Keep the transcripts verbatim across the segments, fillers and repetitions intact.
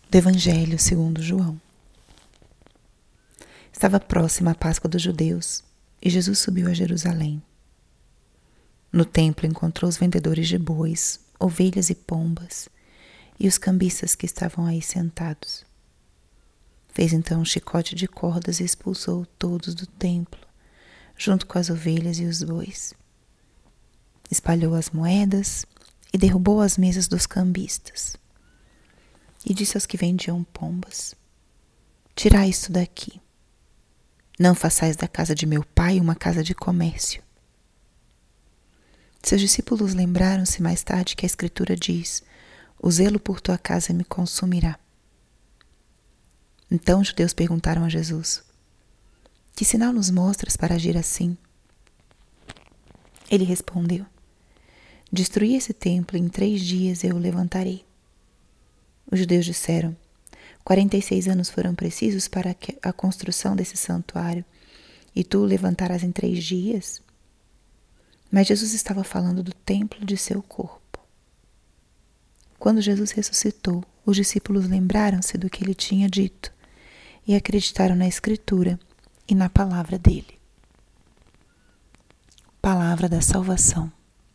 do Evangelho segundo João. Estava próxima a Páscoa dos judeus e Jesus subiu a Jerusalém. No templo encontrou os vendedores de bois, ovelhas e pombas e os cambistas que estavam aí sentados. Fez então um chicote de cordas e expulsou todos do templo, junto com as ovelhas e os bois. Espalhou as moedas e derrubou as mesas dos cambistas. E disse aos que vendiam pombas: tirai isto daqui. Não façais da casa de meu pai uma casa de comércio. Seus discípulos lembraram-se mais tarde que a Escritura diz: o zelo por tua casa me consumirá. Então os judeus perguntaram a Jesus: que sinal nos mostras para agir assim? Ele respondeu: destruí esse templo e em três dias eu o levantarei. Os judeus disseram: quarenta e seis anos foram precisos para a construção desse santuário, e tu o levantarás em três dias? Mas Jesus estava falando do templo de seu corpo. Quando Jesus ressuscitou, os discípulos lembraram-se do que ele tinha dito e acreditaram na Escritura e na palavra dele. Palavra da salvação.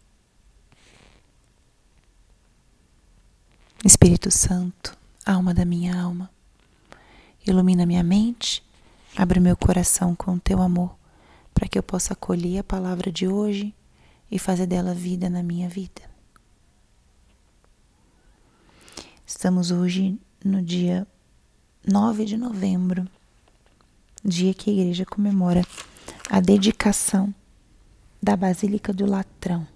Espírito Santo, alma da minha alma, ilumina minha mente, abre meu coração com teu amor, para que eu possa acolher a palavra de hoje e fazer dela vida na minha vida. Estamos hoje no dia nove de novembro, dia que a igreja comemora a dedicação da Basílica do Latrão.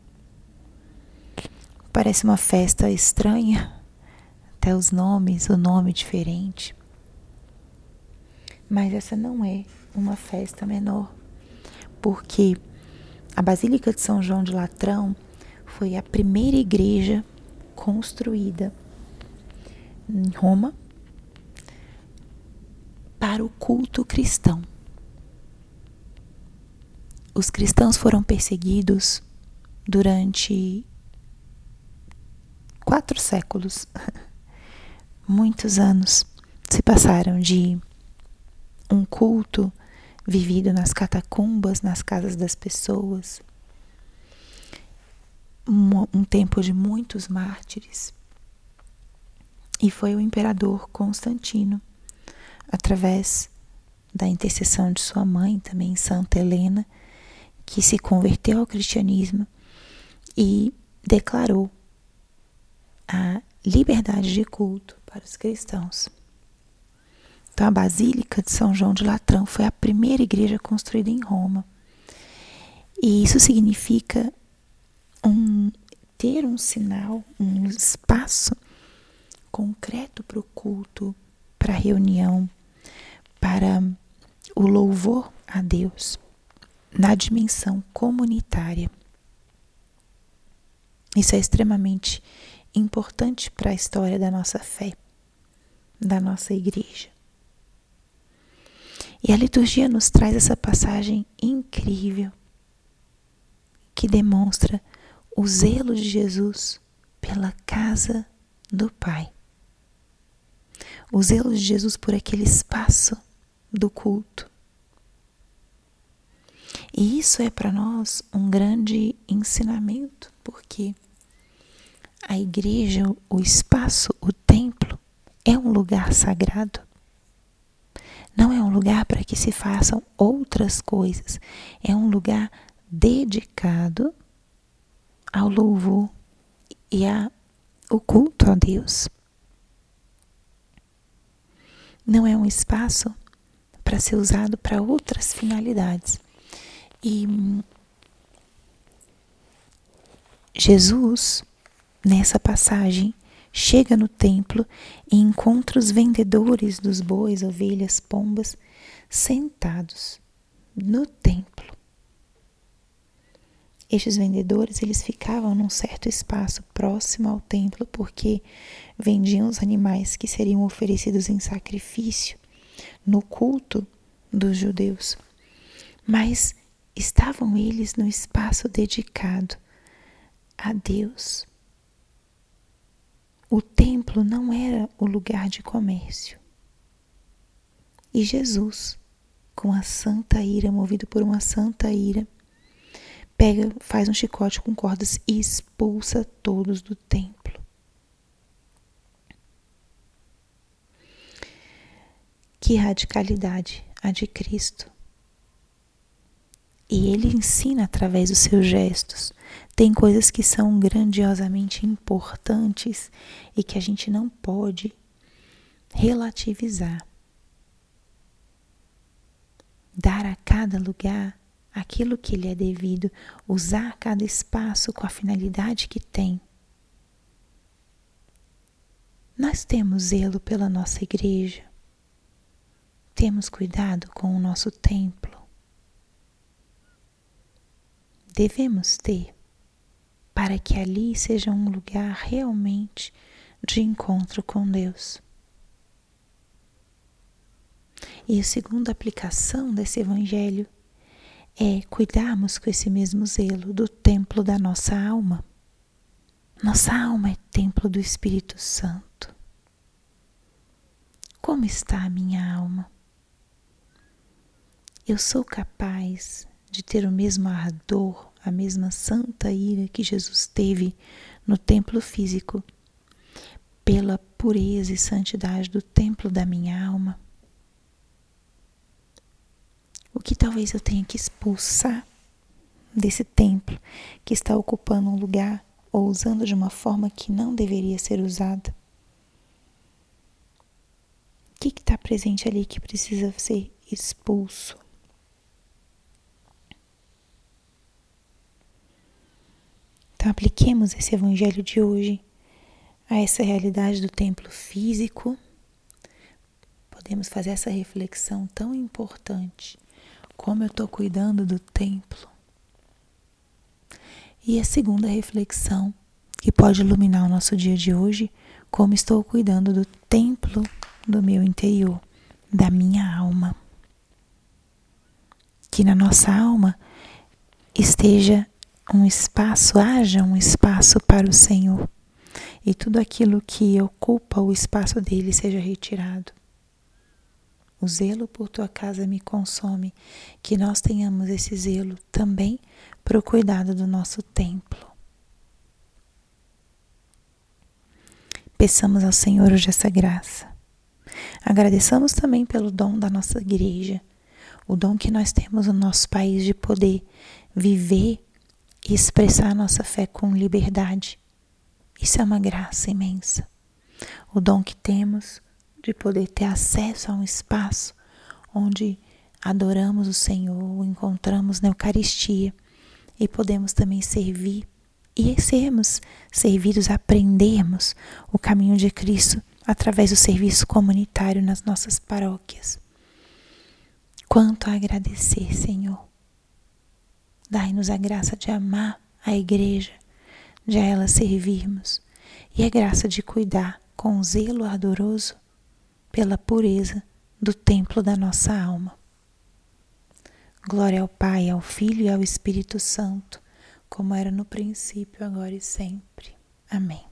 Parece uma festa estranha, até os nomes, o nome diferente. Mas essa não é uma festa menor, porque a Basílica de São João de Latrão foi a primeira igreja construída em Roma para o culto cristão. Os cristãos foram perseguidos durante quatro séculos. Muitos anos se passaram de um culto vivido nas catacumbas, nas casas das pessoas, um, um tempo de muitos mártires. E foi o imperador Constantino, através da intercessão de sua mãe, também Santa Helena, que se converteu ao cristianismo e declarou a liberdade de culto para os cristãos. Então, a Basílica de São João de Latrão foi a primeira igreja construída em Roma. E isso significa um, ter um sinal, um espaço concreto para o culto, para a reunião, para o louvor a Deus, na dimensão comunitária. Isso é extremamente importante para a história da nossa fé, da nossa igreja. E a liturgia nos traz essa passagem incrível que demonstra o zelo de Jesus pela casa do Pai. O zelo de Jesus por aquele espaço do culto. E isso é para nós um grande ensinamento, porque a igreja, o espaço, o templo, é um lugar sagrado. Não é um lugar para que se façam outras coisas. É um lugar dedicado ao louvor e ao culto a Deus. Não é um espaço para ser usado para outras finalidades. E Jesus, nessa passagem, chega no templo e encontra os vendedores dos bois, ovelhas, pombas, sentados no templo. Estes vendedores, eles ficavam num certo espaço próximo ao templo, porque vendiam os animais que seriam oferecidos em sacrifício no culto dos judeus. Mas estavam eles no espaço dedicado a Deus. o templo não era o lugar de comércio. E Jesus, com a santa ira, movido por uma santa ira, pega, faz um chicote com cordas e expulsa todos do templo. Que radicalidade a de Cristo! E ele ensina através dos seus gestos. Tem coisas que são grandiosamente importantes e que a gente não pode relativizar. Dar a cada lugar aquilo que lhe é devido, usar cada espaço com a finalidade que tem. Nós temos zelo pela nossa igreja, temos cuidado com o nosso templo. Devemos ter, para que ali seja um lugar realmente de encontro com Deus. E a segunda aplicação desse evangelho é cuidarmos com esse mesmo zelo do templo da nossa alma. Nossa alma é templo do Espírito Santo. Como está a minha alma? Eu sou capaz de ter o mesmo ardor, a mesma santa ira que Jesus teve no templo físico, pela pureza e santidade do templo da minha alma? O que talvez eu tenha que expulsar desse templo que está ocupando um lugar ou usando de uma forma que não deveria ser usada? O que está presente ali que precisa ser expulso? Então apliquemos esse evangelho de hoje a essa realidade do templo físico. Podemos fazer essa reflexão tão importante. Como eu estou cuidando do templo? E a segunda reflexão, que pode iluminar o nosso dia de hoje, como estou cuidando do templo do meu interior, da minha alma. Que na nossa alma esteja um espaço, haja um espaço para o Senhor, e tudo aquilo que ocupa o espaço dele seja retirado. O zelo por tua casa me consome, que nós tenhamos esse zelo também para o cuidado do nosso templo. Peçamos ao Senhor hoje essa graça. Agradeçamos também pelo dom da nossa igreja, o dom que nós temos no nosso país de poder viver e expressar a nossa fé com liberdade. Isso é uma graça imensa. O dom que temos de poder ter acesso a um espaço onde adoramos o Senhor, encontramos na Eucaristia e podemos também servir e sermos servidos, aprendermos o caminho de Cristo através do serviço comunitário nas nossas paróquias. Quanto a agradecer, Senhor. Dai-nos a graça de amar a igreja, de a ela servirmos, e a graça de cuidar com zelo ardoroso pela pureza do templo da nossa alma. Glória ao Pai, ao Filho e ao Espírito Santo, como era no princípio, agora e sempre. Amém.